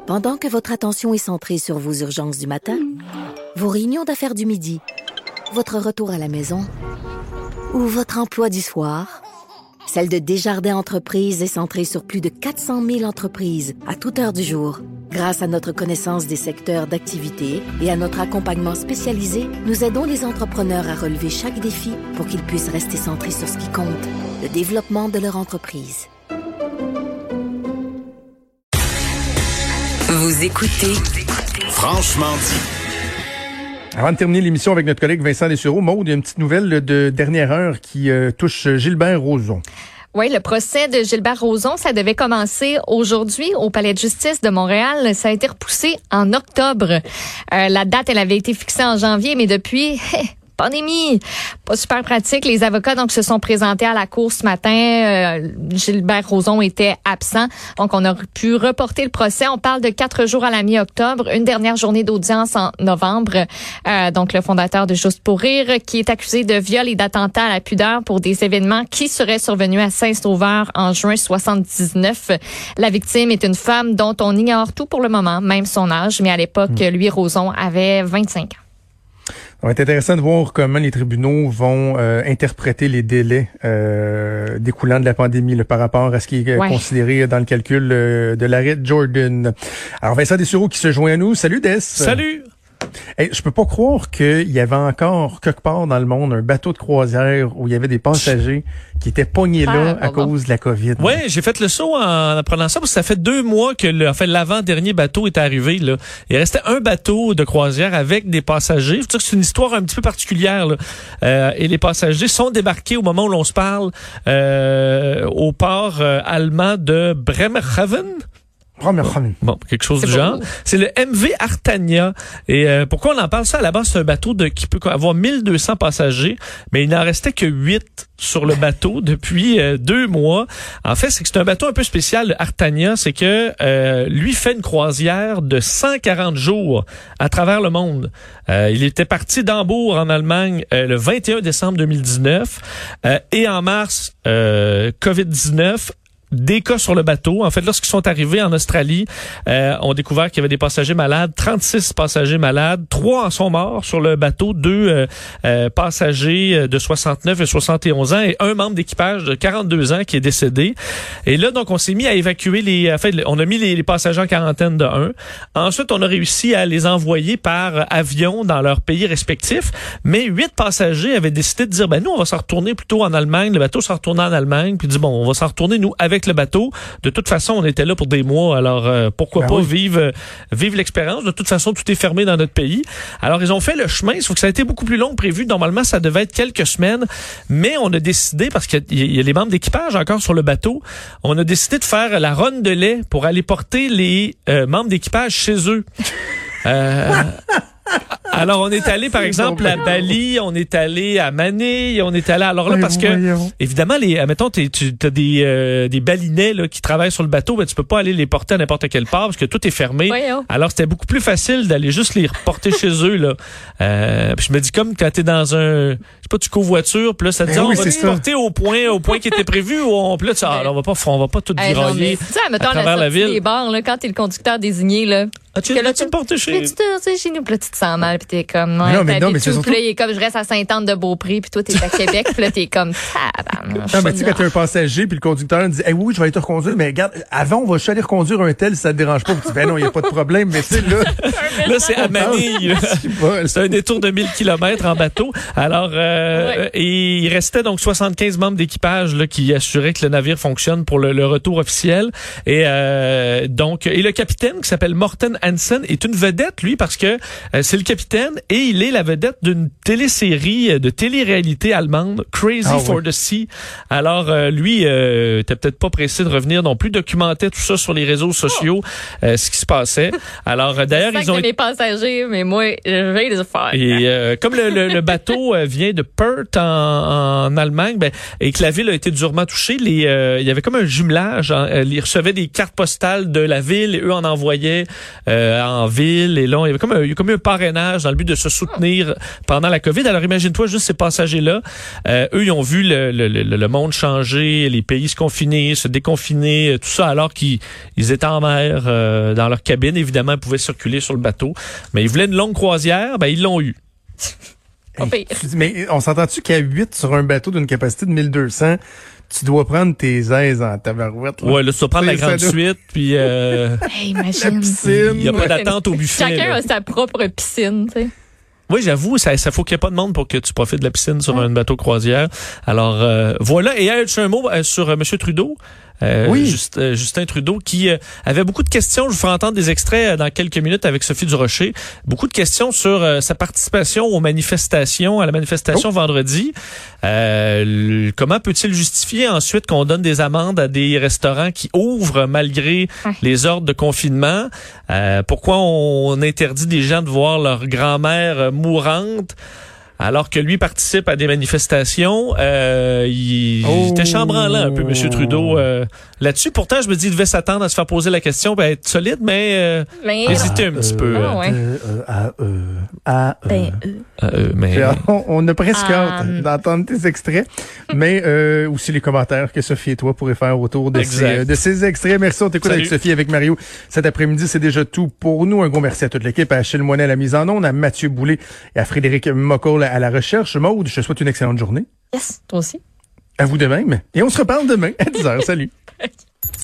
Pendant que votre attention est centrée sur vos urgences du matin, vos réunions d'affaires du midi, votre retour à la maison ou votre emploi du soir, celle de Desjardins Entreprises est centrée sur plus de 400 000 entreprises à toute heure du jour. Grâce à notre connaissance des secteurs d'activité et à notre accompagnement spécialisé, nous aidons les entrepreneurs à relever chaque défi pour qu'ils puissent rester centrés sur ce qui compte, le développement de leur entreprise. Vous écoutez Franchement dit. Avant de terminer l'émission avec notre collègue Vincent Dessureau, Maude, il y a une petite nouvelle de dernière heure qui touche Gilbert Rozon. Oui, le procès de Gilbert Rozon, ça devait commencer aujourd'hui au Palais de justice de Montréal. Ça a été repoussé en octobre. La date, elle avait été fixée en janvier, mais depuis... pandémie, pas super pratique. Les avocats donc se sont présentés à la cour ce matin. Gilbert Rozon était absent, donc on a pu reporter le procès. On parle de 4 jours à la mi-octobre, une dernière journée d'audience en novembre. Donc le fondateur de Juste pour rire, qui est accusé de viol et d'attentat à la pudeur pour des événements qui seraient survenus à Saint-Sauveur en juin 79. La victime est une femme dont on ignore tout pour le moment, même son âge, mais à l'époque, lui, Rozon, avait 25 ans. Ça va être intéressant de voir comment les tribunaux vont interpréter les délais découlant de la pandémie là, par rapport à ce qui est considéré dans le calcul de l'arrêt Jordan. Alors Vincent Dessureau qui se joint à nous. Salut Des. Salut. Hey, je peux pas croire qu'il y avait encore quelque part dans le monde un bateau de croisière où il y avait des passagers qui étaient pognés là à cause de la COVID. Oui, j'ai fait le saut en apprenant ça parce que ça fait 2 mois que l'avant-dernier bateau est arrivé. Là. Il restait un bateau de croisière avec des passagers. Je veux dire que c'est une histoire un petit peu particulière. Là. Et les passagers sont débarqués au moment où l'on se parle au port allemand de Bremerhaven. Bon, quelque chose du genre. C'est le MV Artania. Et pourquoi on en parle ça? À la base, c'est un bateau qui peut avoir 1200 passagers, mais il n'en restait que 8 sur le bateau depuis 2 mois. En fait, c'est que c'est un bateau un peu spécial, le Artania. C'est que lui fait une croisière de 140 jours à travers le monde. Il était parti d'Hambourg en Allemagne le 21 décembre 2019. Et en mars, COVID-19, des cas sur le bateau. En fait, lorsqu'ils sont arrivés en Australie, on a découvert qu'il y avait des passagers malades, 36 passagers malades, 3 en sont morts sur le bateau, 2 passagers de 69 et 71 ans et un membre d'équipage de 42 ans qui est décédé. Et là, donc, on s'est mis à évacuer on a mis les passagers en quarantaine de 1. Ensuite, on a réussi à les envoyer par avion dans leurs pays respectifs, mais 8 passagers avaient décidé de dire, nous, on va s'en retourner plutôt en Allemagne. Le bateau s'en retourné en Allemagne, puis dit, on va s'en retourner, nous, avec le bateau. De toute façon, on était là pour des mois, alors pourquoi pas vivre l'expérience. De toute façon, tout est fermé dans notre pays. Alors, ils ont fait le chemin, sauf que ça a été beaucoup plus long que prévu. Normalement, ça devait être quelques semaines, mais on a décidé, parce qu'il y a les membres d'équipage encore sur le bateau, on a décidé de faire la ronde de lait pour aller porter les membres d'équipage chez eux. Alors, on est allé, par exemple, à Bali, on est allé à Manille, on est allé... Alors là, parce que, évidemment, admettons, t'as des balinais là, qui travaillent sur le bateau, tu peux pas aller les porter à n'importe quelle part parce que tout est fermé. Alors, c'était beaucoup plus facile d'aller juste les reporter chez eux. Là. Puis je me dis, comme quand t'es dans un... Je sais pas, tu covoitures, puis là, ça te dit, on va te porter au point qui était prévu, ou puis là, on va pas tout dérailler à travers la ville. Les bars, là, quand t'es le conducteur désigné, là... Tu me portes chez nous, puis là, tu te sens mal, puis t'es comme, mais surtout... Puis là, il est comme, je reste à Sainte-Anne-de-Beaupré, puis toi, t'es à Québec, puis là, t'es comme, non, mais tu sais, quand t'es un passager, puis le conducteur dit, oui, je vais aller te reconduire, mais regarde, avant, on va juste aller reconduire un tel si ça te dérange pas. Puis tu dis, non, il n'y a pas de problème, mais tu sais, là. Là, c'est à Manille. C'est un détour de 1000 km en bateau. Alors, et il restait donc 75 membres d'équipage, là, qui assuraient que le navire fonctionne pour le retour officiel. Et, donc, le capitaine, qui s'appelle Morten Hansen, est une vedette, lui, parce que c'est le capitaine et il est la vedette d'une télésérie de télé-réalité allemande, Crazy for the Sea. Alors, lui, était peut-être pas pressé de revenir non plus, documentait tout ça sur les réseaux sociaux, ce qui se passait. Alors, d'ailleurs, ils ont... les passagers, mais moi, je vais les faire. Et comme le bateau vient de Perth en Allemagne, et que la ville a été durement touchée, il y avait comme un jumelage. Ils recevaient des cartes postales de la ville et eux en envoyaient en ville. Et là, il y avait comme un parrainage dans le but de se soutenir pendant la COVID. Alors imagine-toi juste ces passagers-là. Eux, ils ont vu le monde changer, les pays se confiner, se déconfiner, tout ça, alors qu'ils étaient en mer, dans leur cabine. Évidemment, ils pouvaient circuler sur le bateau. Mais ils voulaient une longue croisière, ils l'ont eu. Mais on s'entend-tu qu'à 8 sur un bateau d'une capacité de 1200, tu dois prendre tes aises en tabarouette? Ouais, là, tu dois prendre la grande suite, puis imagine. La piscine. Il n'y a pas d'attente au buffet. Chacun a sa propre piscine, tu sais. Oui, j'avoue, ça faut qu'il n'y ait pas de monde pour que tu profites de la piscine sur un bateau croisière. Alors, voilà. Et un mot sur M. Trudeau. Oui. Justin Trudeau, qui avait beaucoup de questions. Je vous ferai entendre des extraits dans quelques minutes avec Sophie Durocher. Beaucoup de questions sur sa participation à la manifestation vendredi. Comment peut-il justifier ensuite qu'on donne des amendes à des restaurants qui ouvrent malgré les ordres de confinement? Pourquoi on interdit des gens de voir leur grand-mère mourante? Alors que lui participe à des manifestations, il était chambranlant un peu, M. Trudeau, là-dessus. Pourtant, je me dis, il devait s'attendre à se faire poser la question, être solide, mais hésiter un petit peu. Mais on a presque hâte d'entendre tes extraits, mais aussi les commentaires que Sophie et toi pourrez faire autour de ces extraits. Merci, on t'écoute avec Sophie, avec Mario. Cet après-midi, c'est déjà tout pour nous. Un gros merci à toute l'équipe, à Achille Moinet à la mise en onde, à Mathieu Boulay et à Frédéric Mocoll à la recherche. Maude, je te souhaite une excellente journée. Yes, toi aussi. À vous de même. Et on se reparle demain à 10h. Salut.